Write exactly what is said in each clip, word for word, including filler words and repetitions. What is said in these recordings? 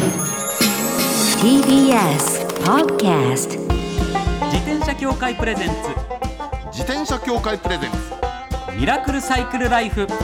ティービーエス Podcast 自転車協会プレゼンツ自転車協会プレゼンツミラクルサイクルライフ。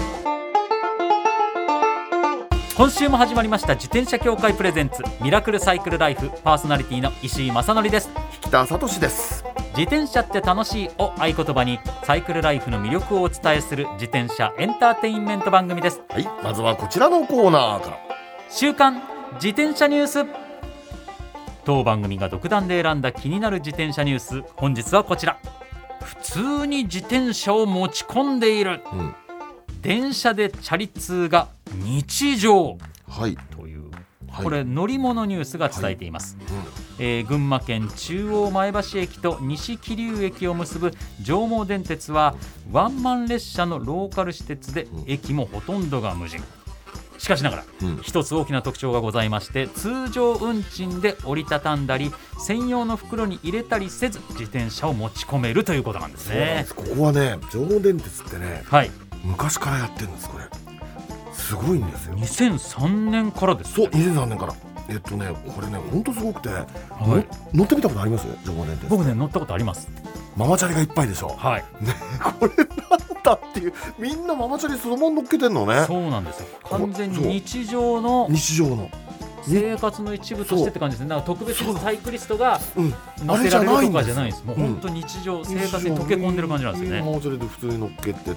今週も始まりました自転車協会プレゼンツミラクルサイクルライフ。パーソナリティの石井正則です。 引田聡です。 自転車って楽しいを合言葉にサイクルライフの魅力をお伝えする自転車エンターテインメント番組です。 はい、まずはこちらのコーナーから。 週刊自転車ニュース。当番組が独断で選んだ気になる自転車ニュース。本日はこちら。普通に自転車を持ち込んでいる、うん、電車でチャリ通が日常、 はい、 という、 はい、 これ乗り物ニュースが伝えています、はい、うんえー、群馬県中央前橋駅と西桐生駅を結ぶ上毛電鉄はワンマン列車のローカル私鉄で駅もほとんどが無人。しかしながら、うん、一つ大きな特徴がございまして、通常運賃で折りたたんだり専用の袋に入れたりせず自転車を持ち込めるということなんですね。 そうなんです。ここはね、上毛電鉄ってね、はい、昔からやってるんです。これすごいんですよ。 にせんさんねんからです、ね、 そう、にせんさんねんから。えっとね、これね、ほんとすごくて、はい、乗ってみたことあります？上毛電鉄。 僕ね、乗ったことあります。 ママチャリがいっぱいでしょ。はい、ね、これなんだっていう、みんなママチャリそのまま乗っけてんのね。 そうなんですよ。完全に日常の日常の生活の一部としてって感じですね。なんか特別サイクリストが乗せられるとかじゃないんです。もう本当日常、うん、生活に溶け込んでる感じなんですよね。 ママチャリで普通に乗っけてって、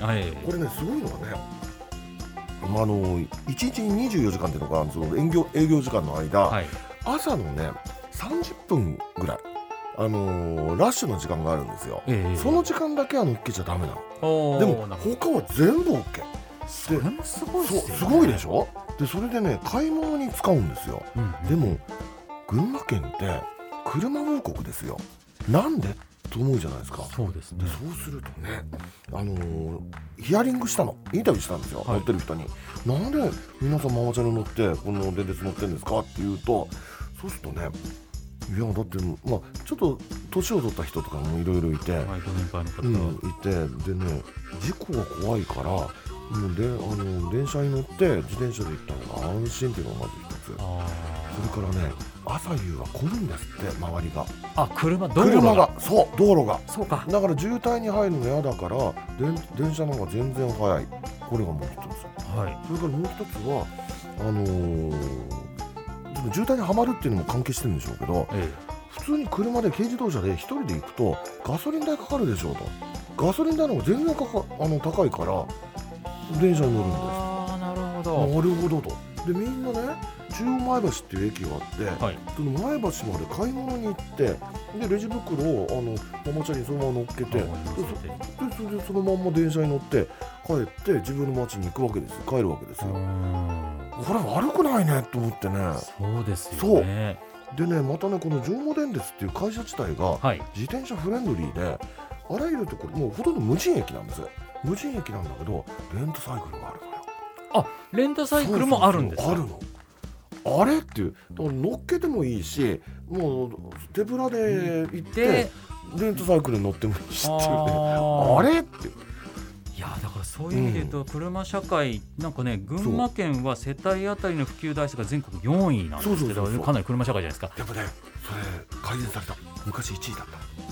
はい、これね、すごいのがね、あのいちにちににじゅうよじかんっていうのがその営業、営業時間の間、はい、朝のねさんじゅっぷんぐらい、あのー、ラッシュの時間があるんですよ、えー、その時間だけは乗っけちゃダメなの。でも他は全部 OK。 それもすごいですよね。 すごいでしょ。でそれでね、買い物に使うんですよ、うんうん、でも群馬県って車王国ですよ。なんでと思うじゃないですか。 そうですね。 でそうするとね、あのー、ヒアリングしたの、インタビューしたんですよ、はい、乗ってる人に。なんで皆さんママチャリ乗ってこの電鉄乗ってるんですかって言うと、そうするとね、いやだって、まあ、ちょっと年を取った人とかもいろいろいて、はい、 ご年配の方、 うん、いて、でね、事故が怖いから、もうであの電車に乗って自転車で行ったのが安心っていうのがまず一つ。それからね、朝夕は混むんですって、周りが。あ、車、道路が。車が、そう、道路が。そうか。だから渋滞に入るの嫌だから、電、電車の方が全然早い。これがもう一つ。はい。それからもう一つは、あのー、ちょっと渋滞にはまるっていうのも関係してるんでしょうけど、ええ、普通に車で軽自動車で一人で行くとガソリン代かかるでしょうと。ガソリン代の方が全然かかあの高いから電車に乗るんです。 ああ、なるほど。 なるほどと。でみんなね、中央前橋っていう駅があって、はい、その前橋まで買い物に行って、でレジ袋をあのママチャリにそのまま乗っけて、で そ, それでそのまんま電車に乗って帰って自分の町に行くわけですよ。帰るわけですよ。これ悪くないねと思ってね。 そうですよね。 そうでね、またね、この上毛電鉄っていう会社自体が自転車フレンドリーで、あらゆるところもうほとんど無人駅なんです。無人駅なんだけどレンタサイクルがあるのよ。あ、レンタサイクルもあるんですか？ そうそうそう、あるの。あれっていう、だから乗っけてもいいし、もう手ぶらで行ってレンタサイクルに乗ってもいいしっていうね。あれっていや、だからそういう意味で言うと、うん、車社会なんかね、群馬県は世帯当たりの普及台数が全国よんいなんですけど、かなり車社会じゃないですか。 やっぱね、それ改善された。昔いちいだった。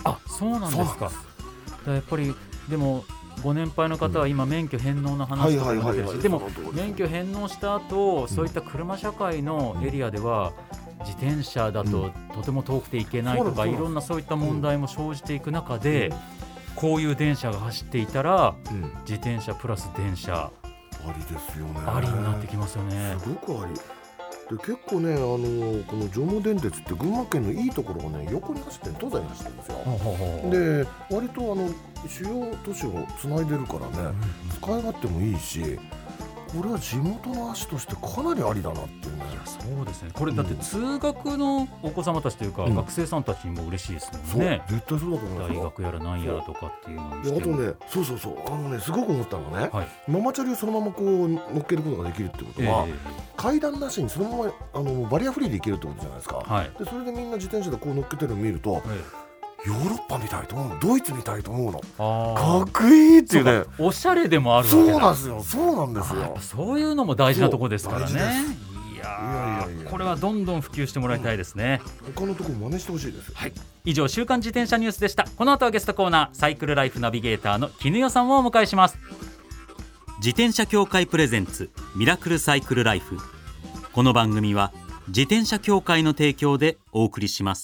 あ、そうなんですか。だやっぱりでもご年配の方は今免許返納の話とかも出てるし、でも免許返納した後、うん、そういった車社会のエリアでは、うん、自転車だととても遠くて行けないとか、いろんなそういった問題も生じていく中で、うん、こういう電車が走っていたら、うん、自転車プラス電車ありですよね。 ありになってきますよね。 すごくありで、結構ね、あのー、この上毛電鉄って群馬県のいいところがね、横に走って東西に走ってるんですよ。ほうほうほう。で割とあの主要都市をつないでるからね、うん、使い勝手もいいし、これは地元の足としてかなりありだなっていうね。 いや、そうですね。これだって通学のお子様たちというか、うん、学生さんたちにも嬉しいですもんね。 そう、絶対そうだと思います。 大学やら何やらとかっていうのにしても。 あとね、そうそうそう、あのね、すごく思ったのね、はい、ママチャリをそのままこう乗っけることができるってことは、えー、階段なしにそのままあのバリアフリーで行けるってことじゃないですか、はい、でそれでみんな自転車でこう乗っけてるのを見ると、えーヨーロッパみたいと思う、ドイツみたいと思うの。かっこいいっていうね。 おしゃれでもあるわけだ。 そうなんですよ。そうなんですよ。 やっぱそういうのも大事なところですからね。いややいやいやこれはどんどん普及してもらいたいですね、 うん、他のところ真似してほしいです。 はい、以上週刊自転車ニュースでした。この後はゲストコーナー、サイクルライフナビゲーターの絹代さんをお迎えします。自転車協会プレゼンツミラクルサイクルライフ。この番組は自転車協会の提供でお送りします。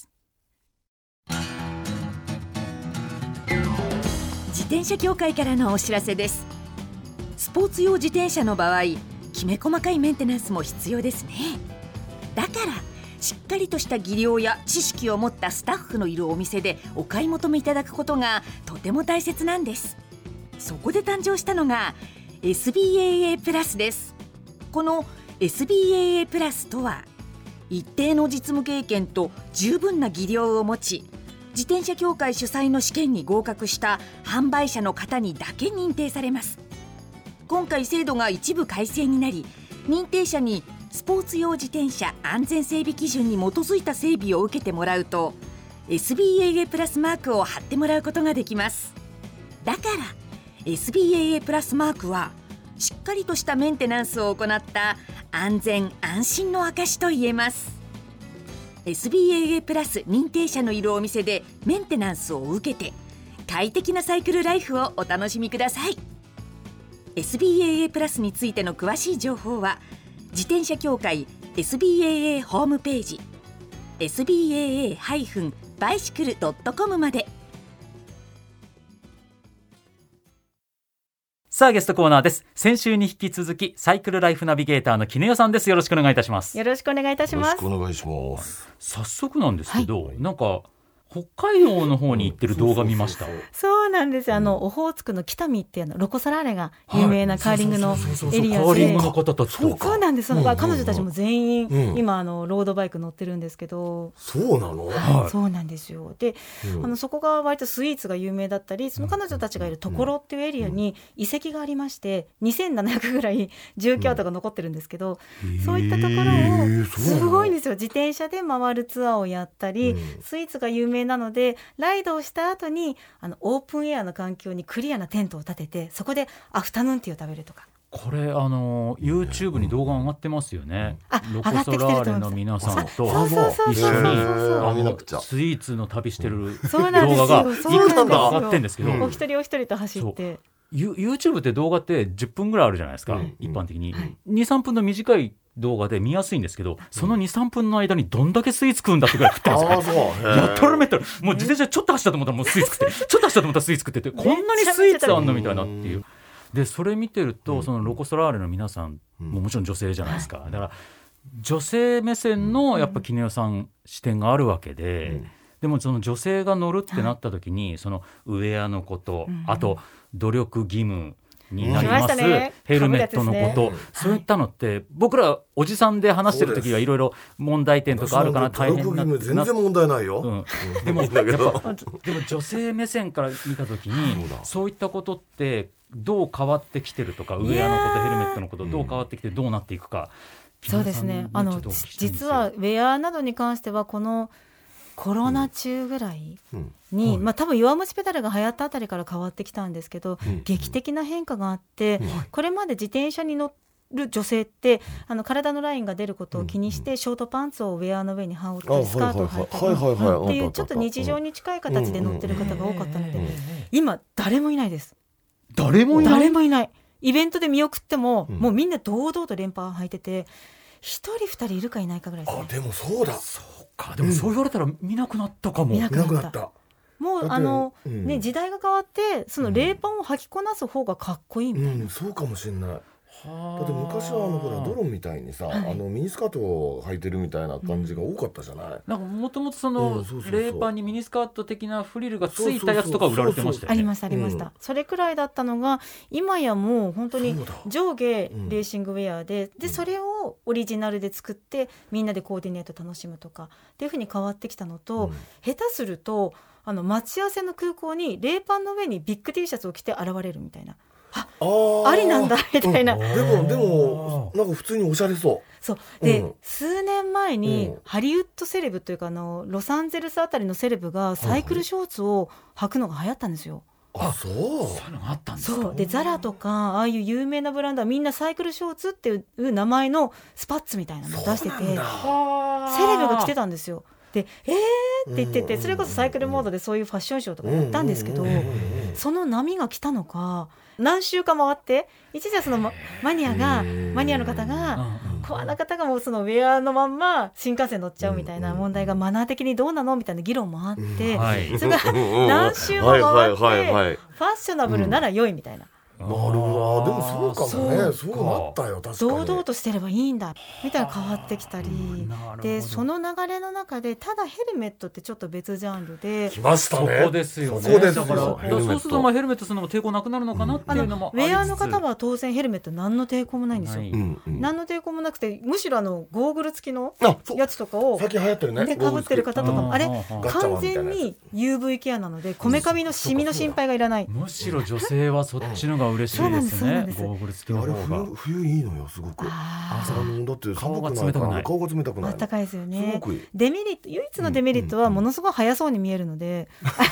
自転車協会からのお知らせです。スポーツ用自転車の場合、きめ細かいメンテナンスも必要ですね。だからしっかりとした技量や知識を持ったスタッフのいるお店でお買い求めいただくことがとても大切なんです。そこで誕生したのが エスビーエーエー プラスです。この エスビーエーエー プラスとは、一定の実務経験と十分な技量を持ち、自転車協会主催の試験に合格した販売者の方にだけ認定されます。今回制度が一部改正になり、認定者にスポーツ用自転車安全整備基準に基づいた整備を受けてもらうと エスビーエーエー プラスマークを貼ってもらうことができます。だから エスビーエーエー プラスマークはしっかりとしたメンテナンスを行った安全安心の証と言えます。 エスビーエーエー プラス認定者のいるお店でメンテナンスを受けて快適なサイクルライフをお楽しみください。 エスビーエーエー プラスについての詳しい情報は自転車協会 エスビーエーエー ホームページ エスビーエーエー バイシクル ドットコム まで。 さあゲストコーナーです。先週に引き続きサイクルライフナビゲーターの絹代さんです。よろしくお願いいたします。 よろしくお願いいたします。 よろしくお願いします。 早速なんですけど、はい、なんか北海道の方に行ってる動画見ました。 そうなんですよ。あのオホーツクの北見っていうのロコ・ソラーレが有名なカーリングのエリアで、 カーリングの方たちとそうなんです。彼女たちも全員、うん、今あのロードバイク乗ってるんですけど。 そうなの？ はい、そうなんですよ。で、うん、あのそこが割とスイーツが有名だったり、その彼女たちがいる所っていうエリアに遺跡がありまして、にせんななひゃくぐらい住居跡が残ってるんですけど、うん、そういったところをすごいんですよ。自転車で回るツアーをやったり、うん、スイーツが有名なのでライドをした後にあのオープンエアの環境にクリアなテントを立てて、そこでアフタヌーンティーを食べるとか。 これあの YouTube に動画上がってますよね。ロコ・ソラーレの皆さんと一緒にスイーツの旅してる動画がいくつか上がってるんですけど、 お一人お一人と走って、 YouTube って動画ってじゅっぷんぐらいあるじゃないですか、うん、一般的に、はい、にさんぷんの短い動画で見やすいんですけど、その にさんぷんの間にどんだけスイーツ食うんだってぐらい食ってますから、やったらめったらもう自転車ちょっと走ったと思ったらもうスイーツ食ってちょっと走ったと思ったらスイーツ食ってて、こんなにスイーツあんのみたいなっていう。でそれ見てると、そのロコ・ソラーレの皆さんももちろん女性じゃないですか、だから女性目線のやっぱ絹代さん視点があるわけで、でもその女性が乗るってなった時に、そのウェアのこと、あと努力義務になります、ね、ヘルメットのこと、ね、そういったのって、はい、僕らおじさんで話してる時はいろいろ問題点とかあるかな、大変な、 全然問題ないよ、うん、 でもやっぱでも女性目線から見た時にそういったことってどう変わってきてるとか、ウェアのことヘルメットのことどう変わってきてどうなっていくか、 うん、そうですね。あの実はウェアなどに関してはこのコロナ中ぐらいに、うんうんまあ、多分弱虫ペダルが流行ったあたりから変わってきたんですけど、うん、劇的な変化があって、うん、これまで自転車に乗る女性ってあの体のラインが出ることを気にして、うん、ショートパンツをウェアの上に羽織ってスカートを履いたりっていうちょっと日常に近い形で乗ってる方が多かったので、今誰もいないです。 誰もいない誰もいない。イベントで見送っても、うん、もうみんな堂々と連覇履いてて、一人二人いるかいないかぐらいですね。 あでもそうだそうか。でもそう言われたら見なくなったかも、うん、 見なくなった。もうあの、うんね、時代が変わってその冷パンを履きこなす方がかっこいいみたいな、 うん、そうかもしれない。だって昔はあのほらドロンみたいにさ、はい、あのミニスカートを履いてるみたいな感じが多かったじゃない、うん、 なんかもともとその冷パンにミニスカート的なフリルがついたやつとか売られてましたよね。 ありましたありました、うん、それくらいだったのが今やもう本当に上下レーシングウェアで、うん、でそれをオリジナルで作ってみんなでコーディネート楽しむとかっていう風に変わってきたのと、うん、下手するとあの待ち合わせの空港に冷パンの上にビッグ T シャツを着て現れるみたいな、あ, あ, ありなんだみたいな、うん、 でもでもなんか普通におしゃれそうそうで、うん、数年前にハリウッドセレブというかあのロサンゼルスあたりのセレブがサイクルショーツを履くのが流行ったんですよ。 あ、そう。 そういうのがあったんですか。 そうでザラとかああいう有名なブランドはみんなサイクルショーツっていう名前のスパッツみたいなのを出してて、セレブが着てたんですよ。でえーって言ってて、それこそサイクルモードでそういうファッションショーとかやったんですけど、その波が来たのか何周か回って一時はそのママニアがマニアの方がコアな方がもうそのウェアのまんま新幹線乗っちゃうみたいな問題がマナー的にどうなのみたいな議論もあって、 はい、 それが何周も回ってファッショナブルなら良いみたいな。 なるほど。でもそうかもね。そうなったよ、確かに。 堂々としてればいいんだみたいな変わってきたりで、その流れの中でただヘルメットってちょっと別ジャンルで来ましたね。 そこですよね。 そこですよ。 だからそうするとまあヘルメットするのも抵抗なくなるのかなっていうのもありつつ、 ウェアの方は当然ヘルメット何の抵抗もないんですよ、うんうん、何の抵抗もなくて、むしろあのゴーグル付きのやつとかを最近流行ってるね、 かぶってる方とかもあれ完全に ユーブイ ケアなのでこめかみのシミの心配がいらない。 むしろ女性はそっちのが嬉しいですね。ゴーグル付きの方が。 あれ 冬, 冬いいのよ、すごく。あのだって寒くないから顔が冷たくない。 暖かいですよね。 すごくいい。 デメリット、唯一のデメリットはものすごい速そうに見えるので、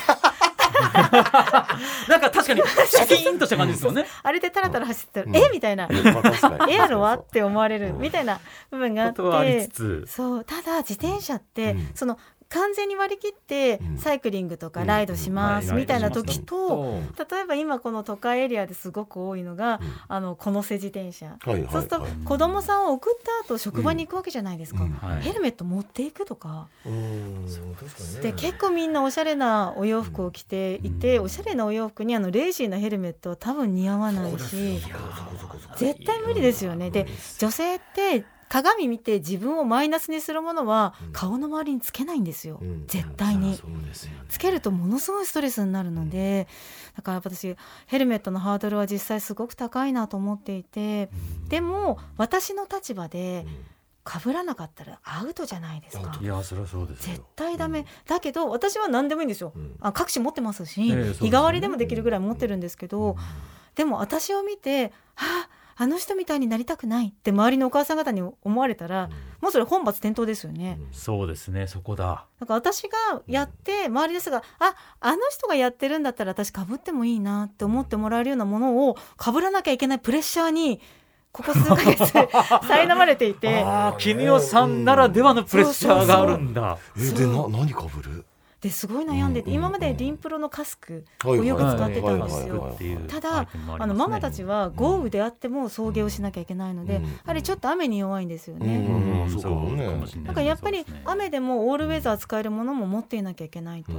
なんか確かにシャキーンとした感じですよね。 あれでタラタラ走ってたら、うん、えみたいな、エアロはって思われるみたいな部分があって、 ありつつ、 そうただ自転車って、うん、その完全に割り切ってサイクリングとかライドしますみたいな時と、例えば今この都会エリアですごく多いのが、うん、あのこのせ自転車、はいはいはい、そうすると子供さんを送った後職場に行くわけじゃないですか、うんはい、ヘルメット持っていくとか、うん、で結構みんなおしゃれなお洋服を着ていて、うん、おしゃれなお洋服にあのレーシーなヘルメットは多分似合わないし、絶対無理ですよね。で女性って鏡見て自分をマイナスにするものは顔の周りにつけないんですよ、うん、絶対に、うん、つけるとものすごいストレスになるので、だから私ヘルメットのハードルは実際すごく高いなと思っていて、うん、でも私の立場で被らなかったらアウトじゃないですか。 いやそれはそうですよ、 絶対ダメ、うん、だけど私は何でもいいんですよ、うん、あ各種持ってますし、えー日替わりでもできるぐらい持ってるんですけど、うん、でも私を見てはぁあの人みたいになりたくないって周りのお母さん方に思われたら、うん、もうそれ本末転倒ですよね、 うん、そうですね、そこだ。 だから私がやって周りの人がああの人がやってるんだったら私被ってもいいなって思ってもらえるようなものを被らなきゃいけないプレッシャーにここ数ヶ月苛まれていてあ君代さんならではのプレッシャーがあるんだ。 そうそうそうえでな何被るですごい悩んでて、うん、今までリンプロのカスクをよく使ってたんですよ。ただあのママたちは豪雨であっても送迎をしなきゃいけないので、うん、やはりちょっと雨に弱いんですよね、うんうん、そうね。だからやっぱり雨でもオールウェザー使えるものも持っていなきゃいけないと、うん、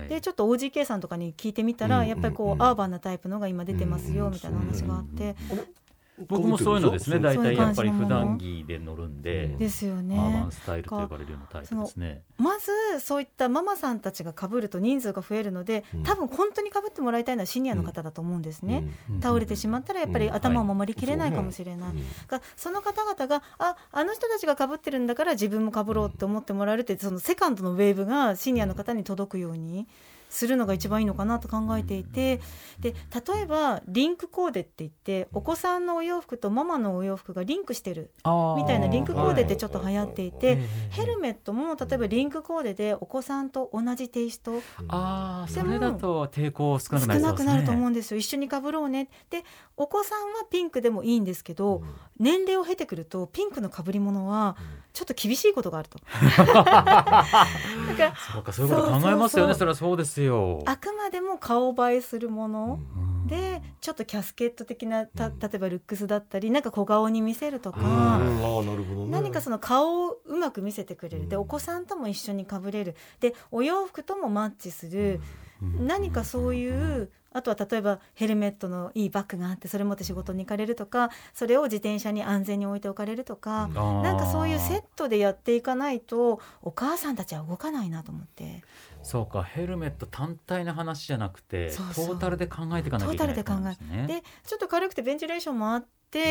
でちょっと オージーケー さんとかに聞いてみたら、うん、やっぱりこうアーバンなタイプのが今出てますよみたいな話があって、うん僕もそういうのですね、大体やっぱり普段着で乗るんで、 ですよね、 アーバンスタイルと呼ばれるようなタイプですね。 まずそういったママさんたちが被ると人数が増えるので、多分本当に被ってもらいたいのはシニアの方だと思うんですね、うん、倒れてしまったらやっぱり頭を守りきれないかもしれない、うんはい、そ, その方々が あ, あの人たちが被ってるんだから自分も被ろうと思ってもらえるって、そのセカンドのウェーブがシニアの方に届くようにするのが一番いいのかなと考えていて、で例えばリンクコーデって言ってお子さんのお洋服とママのお洋服がリンクしてるみたいなリンクコーデってちょっと流行っていて、ヘルメットも例えばリンクコーデでお子さんと同じテイスト、 あそれだと抵抗少なくなりそうですね。 少なくなると思うんですよ。一緒に被ろうねで、お子さんはピンクでもいいんですけど、年齢を経てくるとピンクの被り物はちょっと厳しいことがあるとだからそうか、そういうこと考えますよね。それはそうですよ。 あくまでも顔映えするもの、うん、でちょっとキャスケット的なた例えばルックスだったりなんか小顔に見せるとか、うんあなるほどね、何かその顔をうまく見せてくれる、でお子さんとも一緒に被れる、でお洋服ともマッチする、うん、何かそういうあとは例えばヘルメットのいいバッグがあってそれ持って仕事に行かれるとか、それを自転車に安全に置いておかれるとか、なんかそういうセットでやっていかないとお母さんたちは動かないなと思って。 そうか、ヘルメット単体の話じゃなくてそうそうトータルで考えていかなきゃいけないですね。トータルで考えでちょっと軽くてベンチレーションもあって、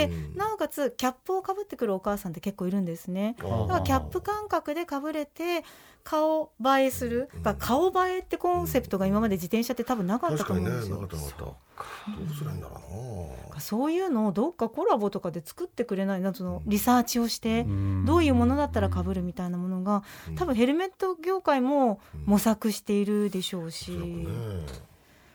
うん、なおかつキャップをかぶってくるお母さんって結構いるんですね。だからキャップ感覚でかぶれて顔映えする、うん、顔映えってコンセプトが今まで自転車って多分なかったと思うんですよ。 確かにね、なかったなかった。どうするんだろうな。 そういうのをどっかコラボとかで作ってくれないな、そのリサーチをしてどういうものだったら被るみたいなものが多分ヘルメット業界も模索しているでしょうし、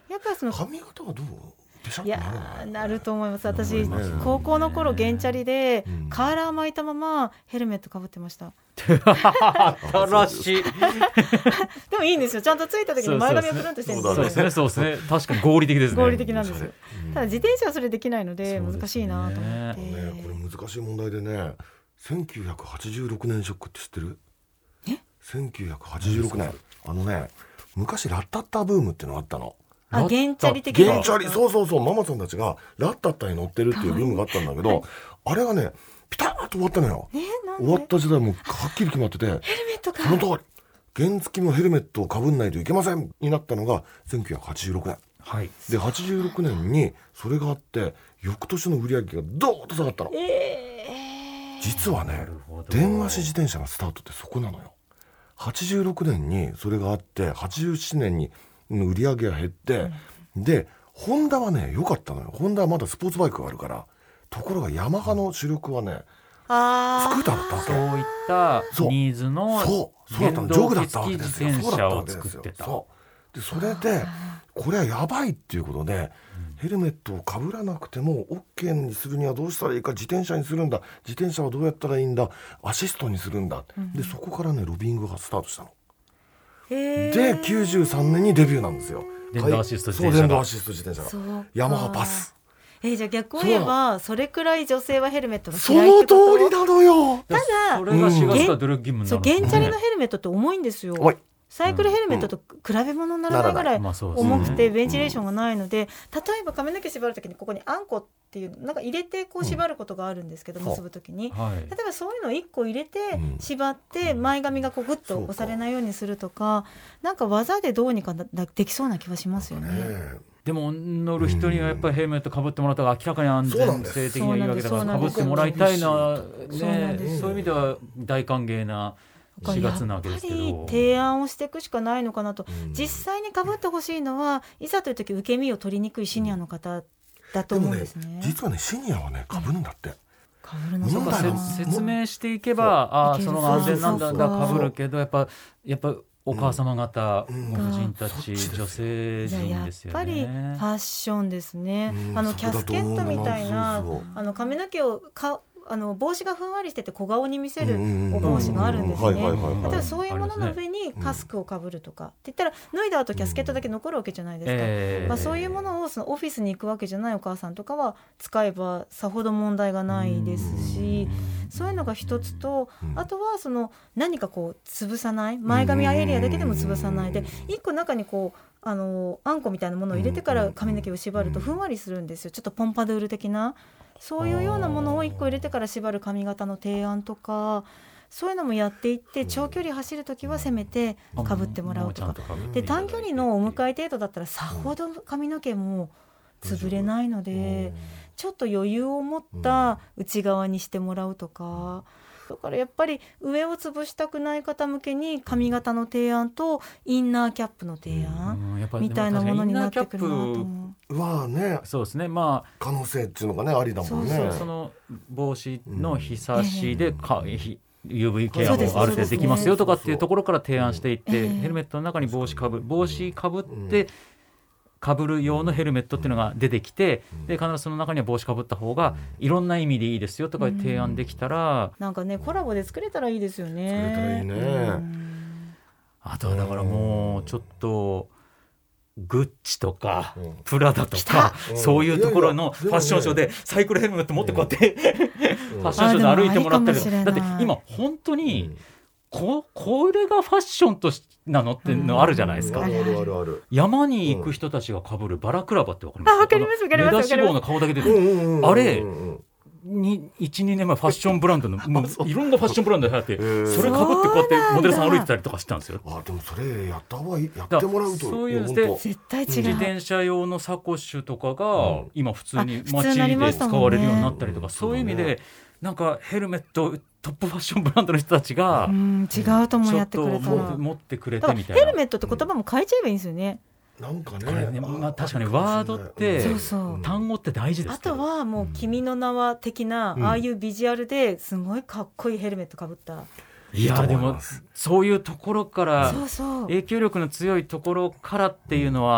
やっぱりその髪型はどうペシャッいとなるやのねなると思います。私、 思いますね高校の頃原チャリでうんカーラー巻いたままヘルメットかぶってました。 新しい。 でもいいんですよ。ちゃんとついた時に前髪をプルンとしてるんですよ。 そうですね、そうですね。確かに合理的ですね。 合理的なんですよ。 うんただ自転車はそれできないのでそうですね難しいなと思って、 ね、これ難しい問題でね、せんきゅうひゃくはちじゅうろくねんショックって知ってる？ えせんきゅうひゃくはちじゅうろくねん、あのね、昔ラッタッターブームってのがあったの。 あ、原チャリ的な原チャリ、そうそうそう、ママさんたちがラッタッタに乗ってるっていうブームがあったんだけど、はい、あれがねピタッと終わったのよ。 ね、なんで終わった時代もはっきり決まってて、 ヘルメットかその通り、原付もヘルメットをかぶんないといけませんになったのがせんきゅうひゃくはちじゅうろくねん、 はい、 ではちじゅうろくねんにそれがあって翌年の売り上げがドーンと下がったの、 えー、 実はね電話式自転車がスタートってそこなのよ。はちじゅうろくねんにそれがあってはちじゅうななねんに売り上げが減って、うん、でホンダはね良かったのよ。ホンダはまだスポーツバイクがあるから。ところがヤマハの主力はね、 あスクーターだったわけ。 そういったニーズの電動機付き自転車を作ってた。 そうでそれでこれはやばいっていうことで、うん、ヘルメットをかぶらなくても OK にするにはどうしたらいいか、自転車にするんだ、自転車はどうやったらいいんだ、アシストにするんだ、うん、でそこからねロビングがスタートしたの。 へーできゅうじゅうさんねんにデビューなんですよ。 電動アシスト自転車が、 そう電動アシスト自転車がヤマハパス。 えー、じゃあ逆を言えば そ, それくらい女性はヘルメットがそ嫌いってこと？ の通りなのよ。 ただそれがしがつから努力義務になるんですね。 そう、原チャリのヘルメットって重いんですよ。 おいサイクルヘルメットと比べ物にならないぐらい重くてベンチレーションがないので、例えば髪の毛縛るときにここにあんこっていうなんか入れてこう縛ることがあるんですけど、結ぶときに、 はい、 例えばそういうのをいっこ入れて縛って前髪がこうグッと押されないようにするとか、なんか技でどうにかできそうな気はしますよね。 でも乗る人にはやっぱりヘルメットかぶってもらった方が明らかに安全性的にいいわけだからかぶってもらいたいな、ね、そういう意味では大歓迎なしがつなわけですけど、 やっぱり提案をしていくしかないのかなと、うん、実際にかぶってほしいのはいざという時受け身を取りにくいシニアの方だと思うんですね。 でもね、実はねシニアはねかぶるんだって、 かぶるのそうか説明していけばああその安全なんだかぶるけど、やっぱやっぱお母様方、うん、ご婦人たち、うん、女性陣ですよね。やっぱりファッションですね、うん、あのキャスケットみたいなあの髪の毛をかあの帽子がふんわりしてて小顔に見せるお帽子があるんですね。例えばそういうものの上にカスクをかぶるとかって言ったら脱いだ後キャスケットだけ残るわけじゃないですか、えーまあ、そういうものをそのオフィスに行くわけじゃないお母さんとかは使えばさほど問題がないですし、そういうのが一つと、あとはその何かこう潰さない前髪エリアだけでも潰さないで一個中にこうあのあんこみたいなものを入れてから髪の毛を縛るとふんわりするんですよ。ちょっとポンパドゥール的なそういうようなものをいっこ入れてから縛る髪型の提案とか、そういうのもやっていって長距離走るときはせめてかぶってもらうとかで、短距離のお迎え程度だったらさほど髪の毛も潰れないのでちょっと余裕を持った内側にしてもらうとか、だからやっぱり上を潰したくない方向けに髪型の提案とインナーキャップの提案みたいなものになってくるなと思う。 はね、 そうですね、まあ可能性っていうのがねありだもんね。 そうそう、その帽子の日差しでか、うん、ユーブイ ケアもある程度できますよとかっていうところから提案していって、ヘルメットの中に帽子かぶ帽子かぶってかぶる用のヘルメットっていうのが出てきて、で必ずその中には帽子かぶった方がいろんな意味でいいですよとか提案できたら、うん、 なんかねコラボで作れたらいいですよね。 作れたらいいね、うん、 あとはだからもうちょっとグッチとか、うん、プラダとか、うん、そういうところのファッションショーでサイクルヘルメット持ってこうやって、うん、ファッションショーで歩いてもらったり、だって今本当に、うん、こ, これがファッションとなのってのあるじゃないですか、うん、あるあるある。山に行く人たちが被るバラクラバってわかりますか？ あ、わかりますわかります。 目出し帽の顔だけで、うん、あれに いちにねんまえファッションブランドのもういろんなファッションブランドで流行って、それ被ってこうやってモデルさん歩いてたりとかしてたんですよ。 あ、でもそれやった方がいい、やってもらうと。 そういうで絶対違う自転車用のサコッシュとかが今普通に街で使われるようになったりとか、そういう意味でなんかヘルメットトップファッションブランドの人たちが、うん、 違うともやってくれたら持ってくれてみたいな。 ヘルメットって言葉も変えちゃえばいいんですよね。 なんかね、 これね、まあ、確かにワードって、 そうそう、 単語って大事です。 あとはもう君の名は的な、うん、ああいうビジュアルですごいかっこいいヘルメットかぶった、 いやでもそういうところからそうそう影響力の強いところからっていうのは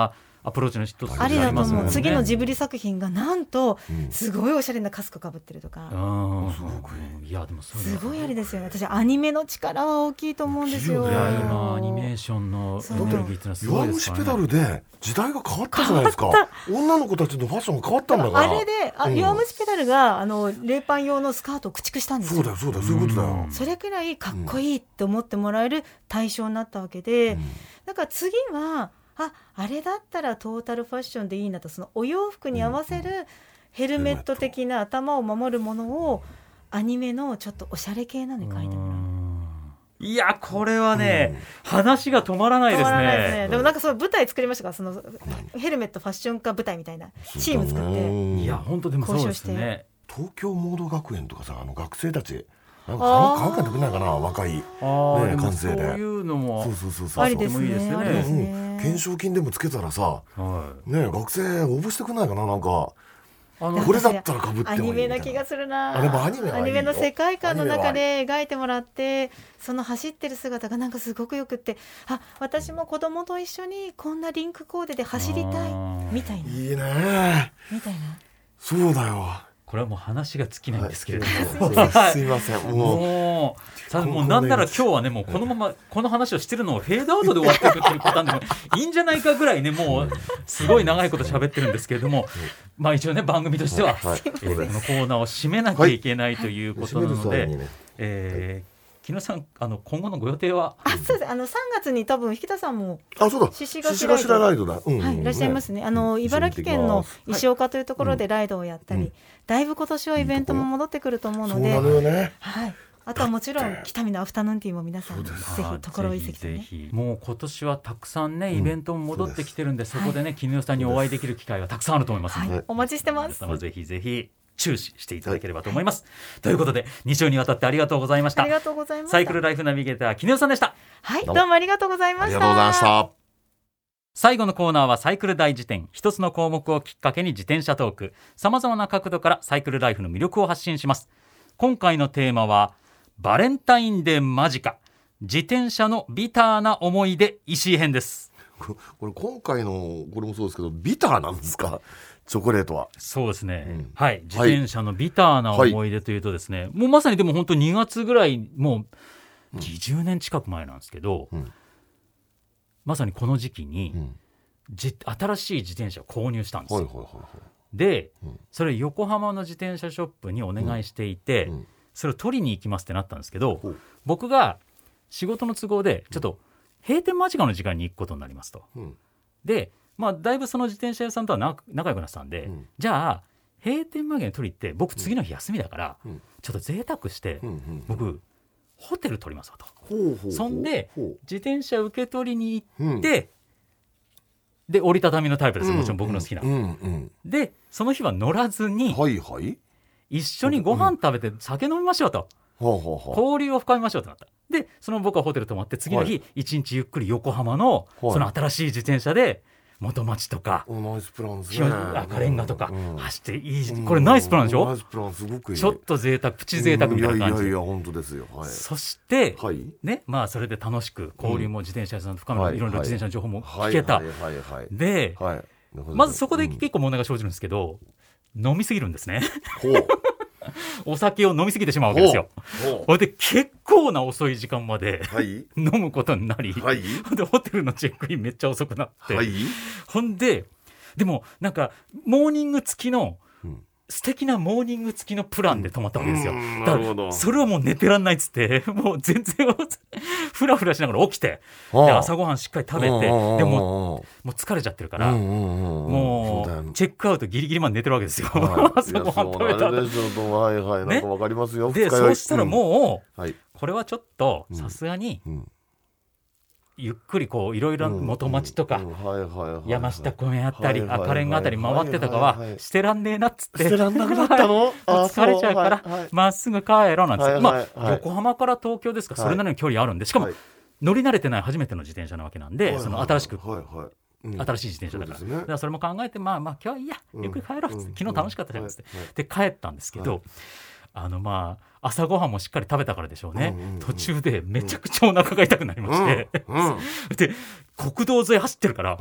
アプローチの一つありだと思う、 りますもんね。 次のジブリ作品がなんとうんすごいおしゃれなカスクかぶってるとか、 うんいやでもそういうのすごいありですよね。私アニメの力は大きいと思うんですよ。 いや今アニメーションのエネルギーっていうのはすご弱いですからね。 虫ペダルで時代が変わったじゃないですか。女の子たちのファッションが変わったんだから。 あれであ、 うん弱虫ペダルがあのレーパン用のスカートを駆逐したんですよ。 そうだよそうだよそういうことだよ。 それくらいかっこいいって思ってもらえる対象になったわけで、 うんだから次はああれだったらトータルファッションでいいなと、そのお洋服に合わせるヘルメット的な頭を守るものをアニメのちょっとおしゃれ系なのに書いてもらう。 いやこれはね、うん、話が止まらないですね。 止まらないですね。でもなんかその舞台作りましたか、そのヘルメットファッション化舞台みたいなチーム作っていや本当でもそうですね。 東京モード学園とかさ、あの学生たちなんか考えてくれないかな、若い、ね、感性で。 そういうのもそうそうそうそうありですね。ありですね。 懸賞金でもつけたらさ、 はい、 ね学生応募してくれないかな、なんかあのこれだったら被ってもいいみたいな。 アニメな気がするな。 あでもアニメはいいよ。 アニメの世界観の中で描いてもらって、その走ってる姿がなんかすごくよくって、あ私も子供と一緒にこんなリンクコーデで走りたいみたいな。 いいねみたいな。 そうだよ。 これはもう話が尽きないんですけれども、 はい、すいません。 もうさもうなんなら今日はねもうこのままこの話をしてるのをフェードアウトで終わっていくっていうパターンでもいいんじゃないかぐらいね、もうすごい長いこと喋ってるんですけれども、まあ一応ね番組としては、はい、えー、このコーナーを締めなきゃいけないということなので、はい、えー木野さん、あの今後のご予定は？ あ、そうです。あのさんがつに多分引田さんもあ、そうだ。 獅子頭ライドだ。うんうんうん、 はい、いらっしゃいますね。あの茨城県の石岡というところでライドをやったり、うん、だいぶ今年はイベントも戻ってくると思うので、 そうなのよね。 はい。あとはもちろん北見のアフタヌーンティーも皆さんぜひところ移籍でね。 ぜひぜひもう今年はたくさんねイベントも戻ってきてるんで、うん、そ, そこでね、はい、木野さんにお会いできる機会がたくさんあると思いますので、 はい、お待ちしてます。 皆様ぜひぜひ注視していただければと思います、はい、ということでに週にわたってありがとうございました。 ありがとうございました。 サイクルライフナビゲーター木野さんでした。 はい、どうもありがとうございました。 ありがとうございました。 最後のコーナーはサイクル大辞典。一つの項目をきっかけに自転車トーク、さまざまな角度からサイクルライフの魅力を発信します。今回のテーマはバレンタインデー間近、自転車のビターな思い出石井編です。 これ今回のこれもそうですけどビターなんですか、チョコレートは。 そうですね、うん、はい、自転車のビターな思い出というとですね、はい、もうまさにでも本当にがつぐらい、もうにじゅうねん近く前なんですけど、うん、まさにこの時期に、うん、じ新しい自転車を購入したんですよ、はいはいはいはい、で、うん、それ横浜の自転車ショップにお願いしていて、うんうん、それを取りに行きますってなったんですけど、うん、僕が仕事の都合でちょっと閉店間近の時間に行くことになりますと、うん、で、まあ、だいぶその自転車屋さんとは仲良くなってたんで、うん、じゃあ閉店間際に取り行って、僕次の日休みだから、うん、ちょっと贅沢して、うんうんうん、僕ホテル取りますわと、ほうほうほう、そんで自転車受け取りに行って、うん、で折りたたみのタイプです、もちろん僕の好きな、うんうん、でその日は乗らずに、はいはい、一緒にご飯食べて酒飲みましょうと、うん、交流を深めましょうとなった。でその僕はホテル泊まって、次の日一日ゆっくり横浜のその新しい自転車で元町とか、 ナイスプランですね、 赤レンガとか走っていい、うん、これナイスプランでしょ、 ナイスプランすごくいい、 ちょっと贅沢プチ贅沢みたいな感じで、 いやいやいや本当ですよ、はい、 そして、 はいね、まあそれで楽しく交流も自転車屋さんと深めて、うん、いろいろ自転車の情報も聞けた、はいはいはいはい、で、はい、まずそこで結構問題が生じるんですけど、うん、飲みすぎるんですね。ほうお酒を飲みすぎてしまうわけですよ。ほいで結構な遅い時間まで、はい、飲むことになり、はい、でホテルのチェックインめっちゃ遅くなって、はい、ほんででもなんかモーニング付きの、うん、素敵なモーニング付きのプランで泊まったわけですよ。だからそれはもう寝てらんないっつって、もう全然フラフラしながら起きて、で朝ごはんしっかり食べて、でももう疲れちゃってるから、もうチェックアウトギリギリまで寝てるわけですよ、はい、朝ごはん食べた後、 はいはい、なんかわかりますよ、 ね、でそうしたらもう、うん、はい、これはちょっとさすがに、うんうん、ゆっくりこういろいろ元町とか山下公園あったり赤レンガあたり回ってたかはしてらんねえなっつって、 してらんなくなったの疲れちゃうからまっすぐ帰ろうなんですよ、まあ横浜から東京ですからそれなりの距離あるんで、しかも乗り慣れてない初めての自転車なわけなんで、その新しく新しい自転車だから、だからそれも考えて、まあまあ今日はいいやゆっくり帰ろうっつって、昨日楽しかったじゃんっつってで帰ったんですけど、あのまあ朝ごはんもしっかり食べたからでしょうね、うんうんうん、途中でめちゃくちゃお腹が痛くなりまして、うんうん、で国道沿い走ってるから、うん、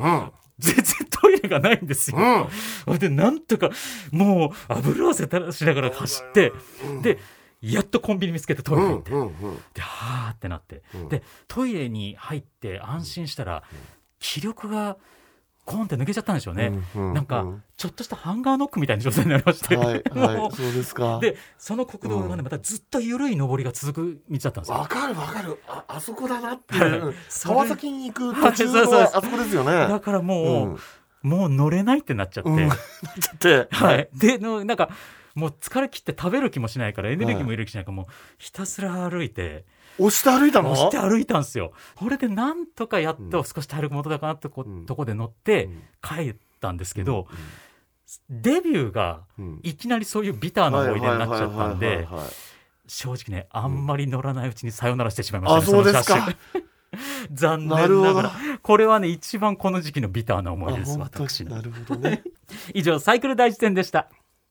全然トイレがないんですよ、うん、でなんとかもう油汗垂らしながら走って、うん、でやっとコンビニ見つけてトイレ行って、うんうんうん、ではーってなって、うん、でトイレに入って安心したら、うん、気力がコーンって抜けちゃったんでしょうね、うんうんうん、なんかちょっとしたハンガーノックみたいな状態になりまして、 はいはい、そうですか。 でその国道がね、うん、またずっと緩い上りが続く道だったんですよ。 わかるわかる あ, あそこだなっていう、はい、川崎に行く途中の、はい、あそこですよね。 だからもう、うん、もう乗れないってなっちゃって、うん、なっちゃって、 はい、でのなんかもう疲れ切って食べる気もしないからエネルギーも入れる気しないから、はい、もうひたすら歩いて押して歩いたの？ 押して歩いたんですよ。これでなんとかやっと少し体力元だかなってこ、うん、とこで乗って帰ったんですけど、うん、デビューがいきなりそういうビターな思い出になっちゃったんで、正直ねあんまり乗らないうちにさよならしてしまいましたね、 うん、あ、そうですか。 残念ながらこれはね一番この時期のビターな思い出です。私の。 なるほどね。 以上サイクル大辞典でした。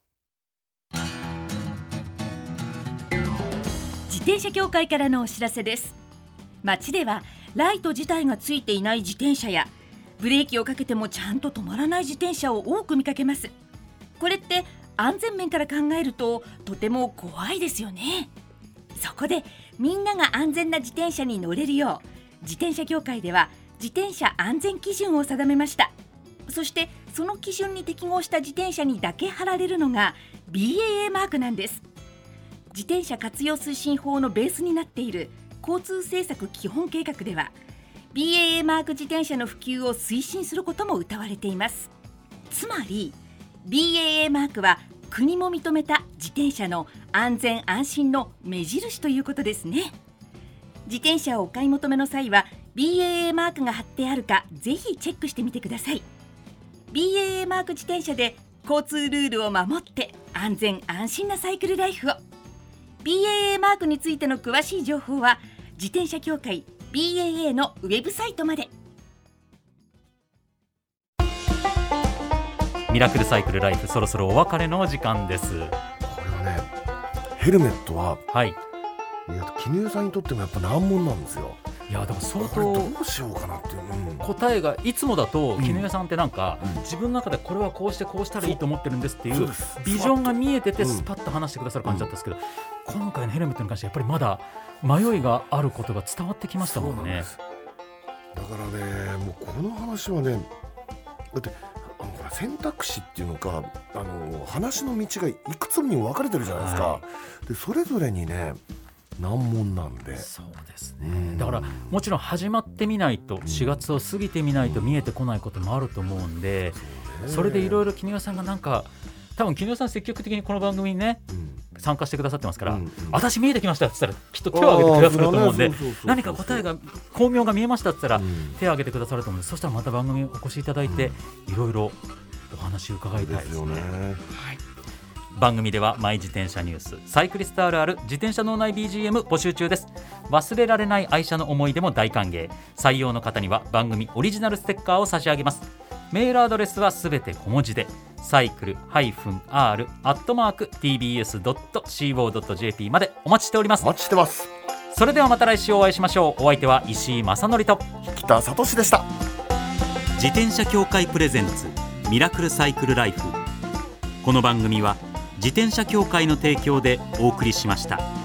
自転車協会からのお知らせです。街ではライト自体がついていない自転車やブレーキをかけてもちゃんと止まらない自転車を多く見かけます。これって安全面から考えるととても怖いですよね。そこでみんなが安全な自転車に乗れるよう自転車協会では自転車安全基準を定めました。そしてその基準に適合した自転車にだけ貼られるのが ビーエーエー マークなんです。自転車活用推進法のベースになっている交通政策基本計画では ビーエーエー マーク自転車の普及を推進することも謳われています。つまり ビーエーエー マークは国も認めた自転車の安全安心の目印ということですね。自転車をお買い求めの際は ビーエーエー マークが貼ってあるかぜひチェックしてみてください。 ビーエーエー マーク自転車で交通ルールを守って安全安心なサイクルライフを。 ビーエーエー マークについての詳しい情報は自転車協会 ビーエーエー のウェブサイトまで。 ミラクルサイクルライフ、そろそろお別れの時間です。これはねヘルメットは、 はい、 いや絹代さんにとってもやっぱ難問なんですよ。 いやでも相当どうしようかなっていう、 うん、答えがいつもだと絹代さんってなんか、うん、自分の中でこれはこうしてこうしたらいいと思ってるんですっていうビジョンが見えててスパッと話してくださる感じだったんですけど、うん、今回のヘルメットに関してやっぱりまだ迷いがあることが伝わってきましたもんね。 だからねもうこの話はねだってあの選択肢っていうのかあの話の道がいくつに分かれてるじゃないですか、はい、でそれぞれにね難問なんで。 そうですね。だからもちろん始まってみないとしがつを過ぎてみないと見えてこないこともあると思うんで、うん、それでいろいろ絹代さんがなんか多分絹代さん積極的にこの番組にね、うん、参加してくださってますから、うんうん、私見えてきましたって言ったらきっと手を挙げてくださると思うんで、何か答えが巧妙が見えましたって言ったら、うん、手を挙げてくださると思うんで、そしたらまた番組にお越しいただいていろいろお話伺いたいですね。はい、番組ではマイ自転車ニュース、サイクリストあるある、自転車脳内 ビージーエム 募集中です。忘れられない愛車の思い出も大歓迎。採用の方には番組オリジナルステッカーを差し上げます。メールアドレスはすべて小文字でサイクル アール アットマーク ティービーエス ドット シーオー ドット ジェーピー までお待ちしております。 お待ちしてます。 それではまた来週お会いしましょう。お相手は石井正則と北里志でした。 自転車協会プレゼンツミラクルサイクルライフ。この番組は自転車協会の提供でお送りしました。